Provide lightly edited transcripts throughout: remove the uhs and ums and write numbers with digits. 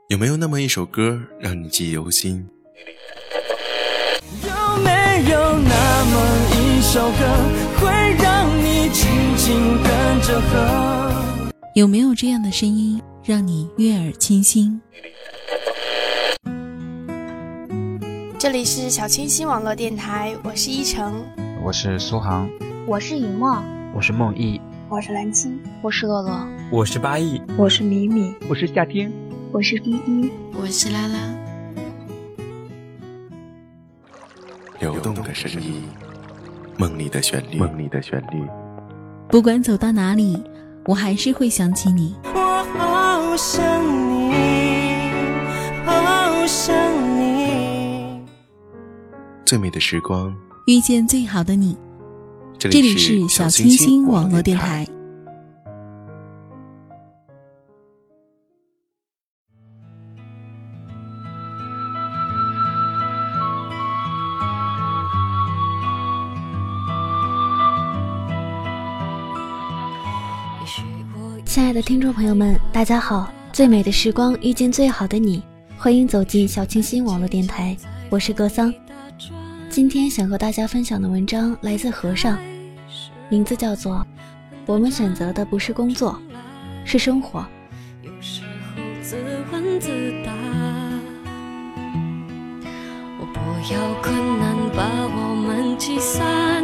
有没有那么一首歌让你记忆犹新？ 有没有那么一首歌会让你轻轻跟着和？ 有没有这样的声音让你悦耳清新？ 这里是小清新网络电台，我是依晨， 我是苏杭， 我是尹墨， 我是梦忆， 我是蓝青， 我是乐乐， 我是八亿， 我是米米， 我是夏天， 我是依依， 我是拉拉。 流动的声音，梦里的旋律，梦里的旋律。 不管走到哪里，我还是会想起你。 我好想你，好想你。 最美的时光， 遇见最好的你。这里是小清新网络电台。 亲爱的听众朋友们，大家好！最美的时光遇见最好的你，欢迎走进小清新网络电台，我是格桑。今天想和大家分享的文章来自和尚，名字叫做《我们选择的不是工作，是生活》。 有时候自问自答，我不要困难把我们击散，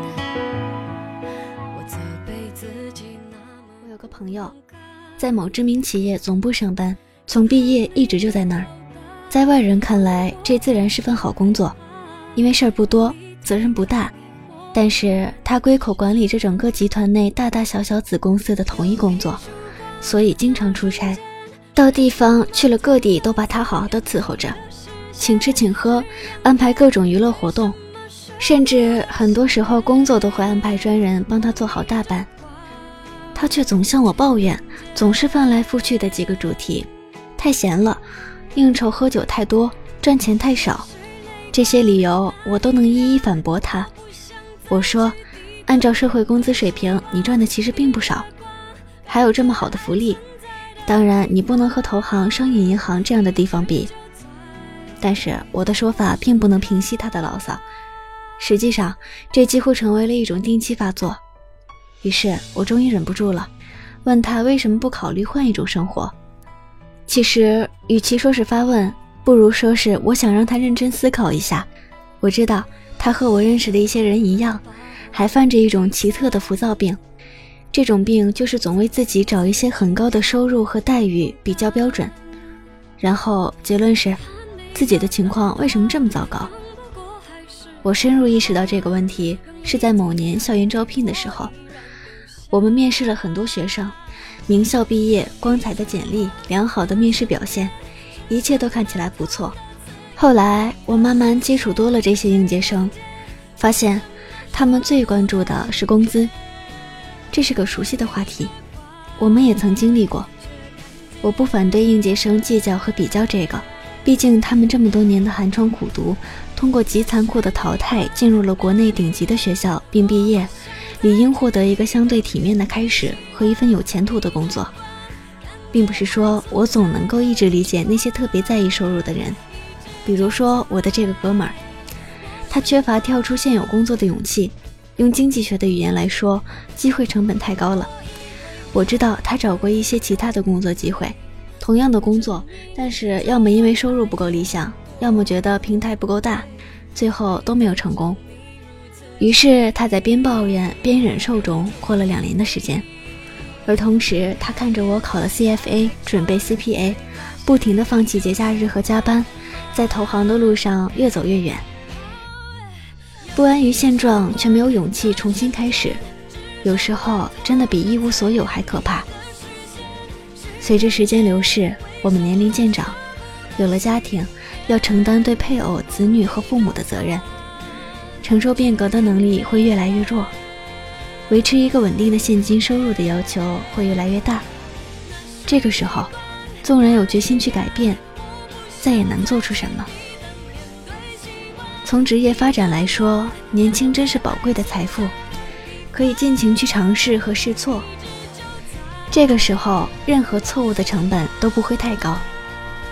我责备自己。 我有个朋友在某知名企业总部上班，从毕业一直就在那儿。在外人看来，这自然是份好工作，因为事儿不多，责任不大。但是他归口管理着整个集团内大大小小子公司的统一工作，所以经常出差，到地方去了各地都把他好好的伺候着，请吃请喝，安排各种娱乐活动，甚至很多时候工作都会安排专人帮他做好大半。他却总向我抱怨，总是翻来覆去的几个主题：太闲了，应酬喝酒太多，赚钱太少。这些理由我都能一一反驳他。我说，按照社会工资水平，你赚的其实并不少，还有这么好的福利，当然你不能和投行、商业银行这样的地方比。但是我的说法并不能平息他的牢骚，实际上这几乎成为了一种定期发作。于是我终于忍不住了，问他为什么不考虑换一种生活。其实与其说是发问，不如说是我想让他认真思考一下。我知道他和我认识的一些人一样，还犯着一种奇特的浮躁病，这种病就是总为自己找一些很高的收入和待遇比较标准，然后结论是自己的情况为什么这么糟糕。我深入意识到这个问题是在某年校园招聘的时候，我们面试了很多学生，名校毕业，光彩的简历，良好的面试表现，一切都看起来不错。后来我慢慢接触多了这些应届生，发现他们最关注的是工资。这是个熟悉的话题，我们也曾经历过。我不反对应届生计较和比较这个，毕竟他们这么多年的寒窗苦读，通过极残酷的淘汰进入了国内顶级的学校并毕业，理应获得一个相对体面的开始和一份有前途的工作。并不是说我总能够一直理解那些特别在意收入的人，比如说我的这个哥们儿，他缺乏跳出现有工作的勇气，用经济学的语言来说，机会成本太高了。我知道他找过一些其他的工作机会，同样的工作，但是要么因为收入不够理想，要么觉得平台不够大，最后都没有成功。于是他在边抱怨边忍受中过了2年的时间，而同时他看着我考了 CFA， 准备 CPA， 不停地放弃节假日和加班，在投行的路上越走越远。不安于现状却没有勇气重新开始，有时候真的比一无所有还可怕。随着时间流逝，我们年龄渐长，有了家庭，要承担对配偶、子女和父母的责任，承受变革的能力会越来越弱，维持一个稳定的现金收入的要求会越来越大。这个时候，纵然有决心去改变，再也难做出什么。从职业发展来说，年轻真是宝贵的财富，可以尽情去尝试和试错。这个时候，任何错误的成本都不会太高，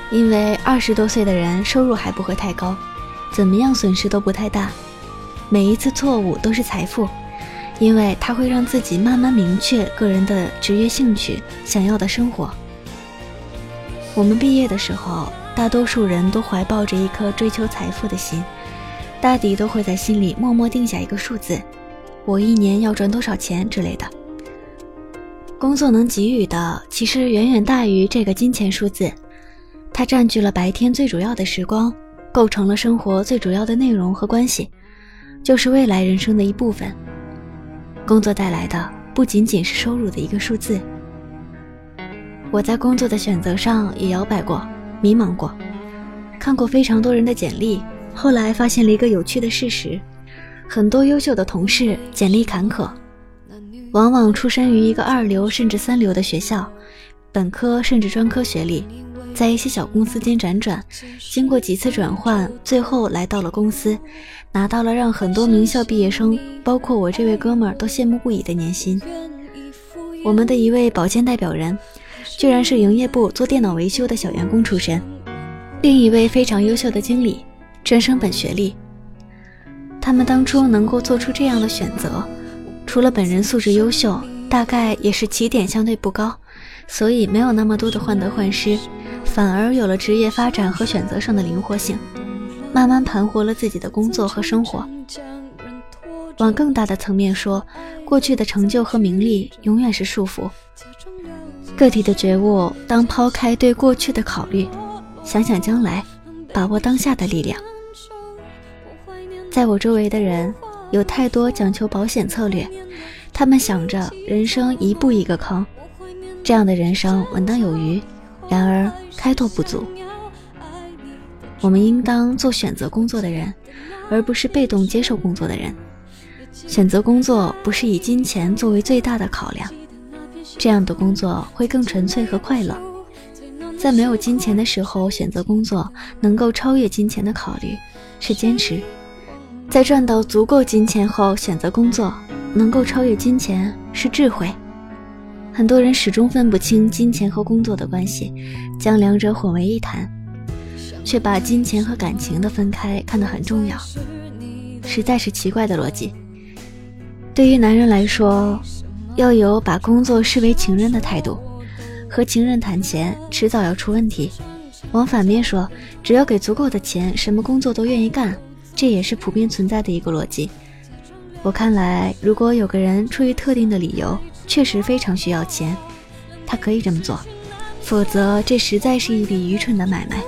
因为20多岁的人收入还不会太高，怎么样损失都不太大。每一次错误都是财富，因为它会让自己慢慢明确个人的职业兴趣，想要的生活。我们毕业的时候，大多数人都怀抱着一颗追求财富的心，大抵都会在心里默默定下一个数字，我1年要赚多少钱之类的。工作能给予的其实远远大于这个金钱数字，它占据了白天最主要的时光，构成了生活最主要的内容和关系，就是未来人生的一部分。工作带来的不仅仅是收入的一个数字。我在工作的选择上也摇摆过，迷茫过，看过非常多人的简历，后来发现了一个有趣的事实，很多优秀的同事简历坎坷，往往出身于一个2流甚至3流的学校，本科甚至专科学历，在一些小公司间辗转，经过几次转换，最后来到了公司，拿到了让很多名校毕业生，包括我这位哥们儿都羡慕不已的年薪。我们的一位保监代表人居然是营业部做电脑维修的小员工出身，另一位非常优秀的经理专升本学历。他们当初能够做出这样的选择，除了本人素质优秀，大概也是起点相对不高，所以没有那么多的患得患失，反而有了职业发展和选择上的灵活性，慢慢盘活了自己的工作和生活。往更大的层面说，过去的成就和名利永远是束缚。个体的觉悟，当抛开对过去的考虑，想想将来，把握当下的力量。在我周围的人有太多讲求保险策略，他们想着人生一步一个坑，这样的人生稳当有余，然而开拓不足。我们应当做选择工作的人，而不是被动接受工作的人。选择工作不是以金钱作为最大的考量，这样的工作会更纯粹和快乐。在没有金钱的时候选择工作，能够超越金钱的考虑，是坚持。在赚到足够金钱后选择工作，能够超越金钱，是智慧。很多人始终分不清金钱和工作的关系，将两者混为一谈，却把金钱和感情的分开看得很重要，实在是奇怪的逻辑。对于男人来说，要有把工作视为情人的态度，和情人谈钱迟早要出问题。往反面说，只要给足够的钱，什么工作都愿意干，这也是普遍存在的一个逻辑。我看来，如果有个人出于特定的理由，确实非常需要钱，他可以这么做，否则这实在是一笔愚蠢的买卖。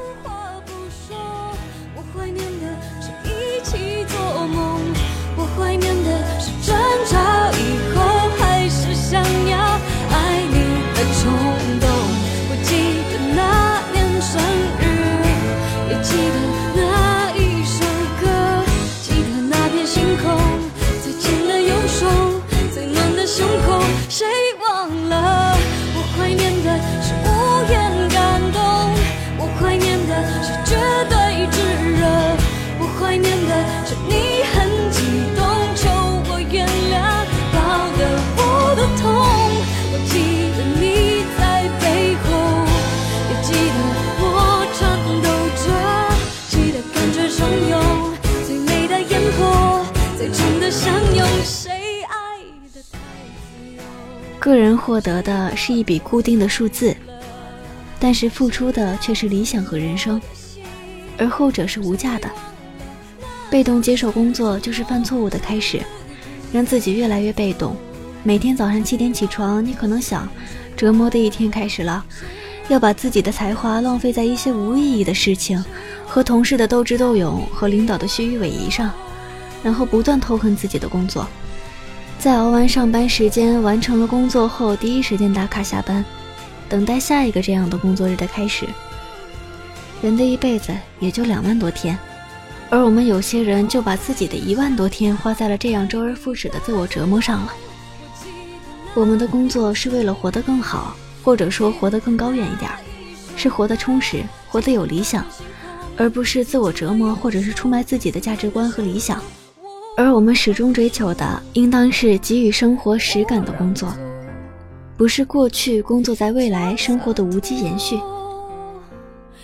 个人获得的是一笔固定的数字，但是付出的却是理想和人生，而后者是无价的。被动接受工作就是犯错误的开始，让自己越来越被动。每天早上7点起床，你可能想，折磨的一天开始了，要把自己的才华浪费在一些无意义的事情，和同事的斗智斗勇，和领导的虚与委蛇上，然后不断痛恨自己的工作。在熬完上班时间，完成了工作后，第一时间打卡下班，等待下一个这样的工作日的开始。人的一辈子也就2万多天，而我们有些人就把自己的1万多天花在了这样周而复始的自我折磨上了。我们的工作是为了活得更好，或者说活得更高远一点，是活得充实，活得有理想，而不是自我折磨或者是出卖自己的价值观和理想。而我们始终追求的应当是给予生活实感的工作，不是过去工作在未来生活的无机延续。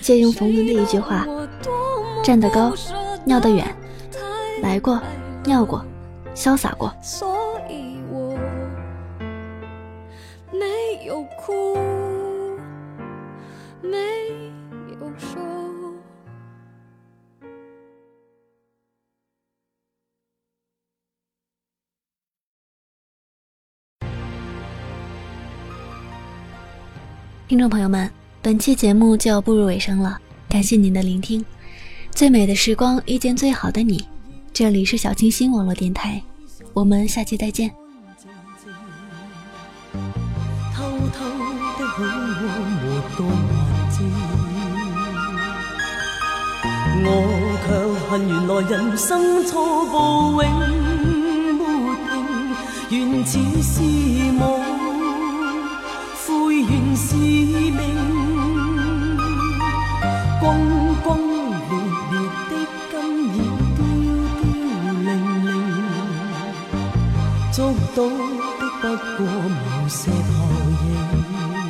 借用冯仑的一句话，站得高，尿得远，来过，尿过，潇洒过。 所以我没有哭，没有说。 听众朋友们，本期节目就要步入尾声了，感谢您的聆听。最美的时光遇见最好的你，这里是小清新网络电台，我们下期再见。 偷偷的許我沒個環節，我卻恨原來人生初步永沒停，原似是夢，悔原是命，轟轟烈烈的今已凋凋零零，捉到的不過無石頭形。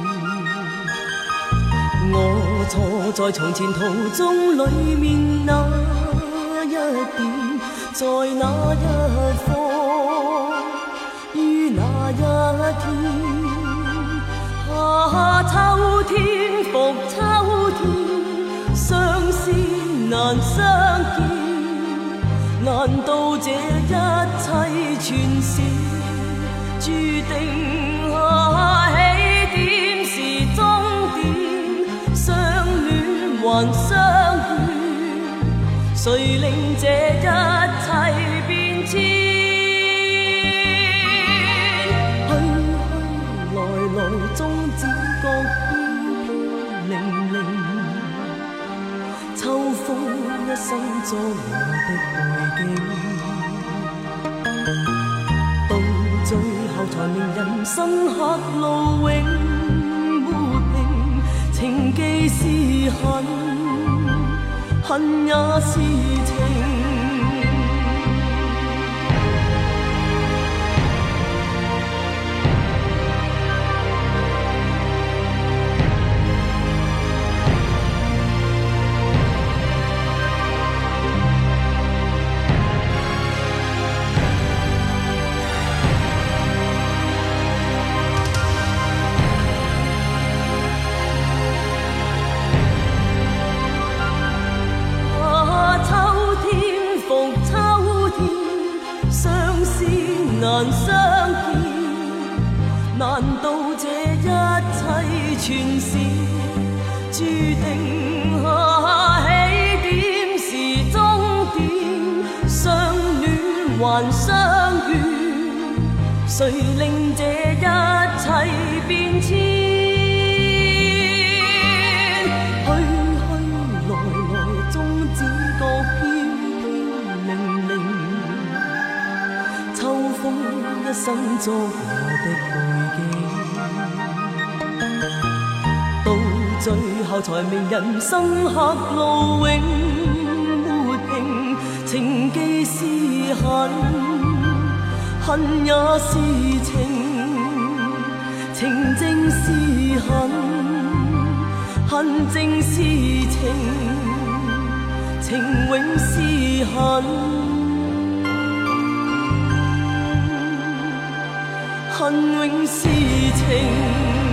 我錯在從前途中裏面那一點，在那一科於那一天。秋天復秋天，相思難相見，難道這一切全是注定？起點是終點，相戀還相怨，誰令這一切變遷？終只覺飄飄零零，秋風一生作我的背景，到最後才明人生客路永沒平，情既是恨，恨也是情。難相見，難道這一切全是注定？起點是終點，相戀還相怨，誰令這一切變遷？去去來來，終只覺飄飄零零。秋風一生作我的背景，到最後才明人生客路永沒平，情既是恨，恨也是情，情正是恨，恨正是情，情永是恨。恨永是情。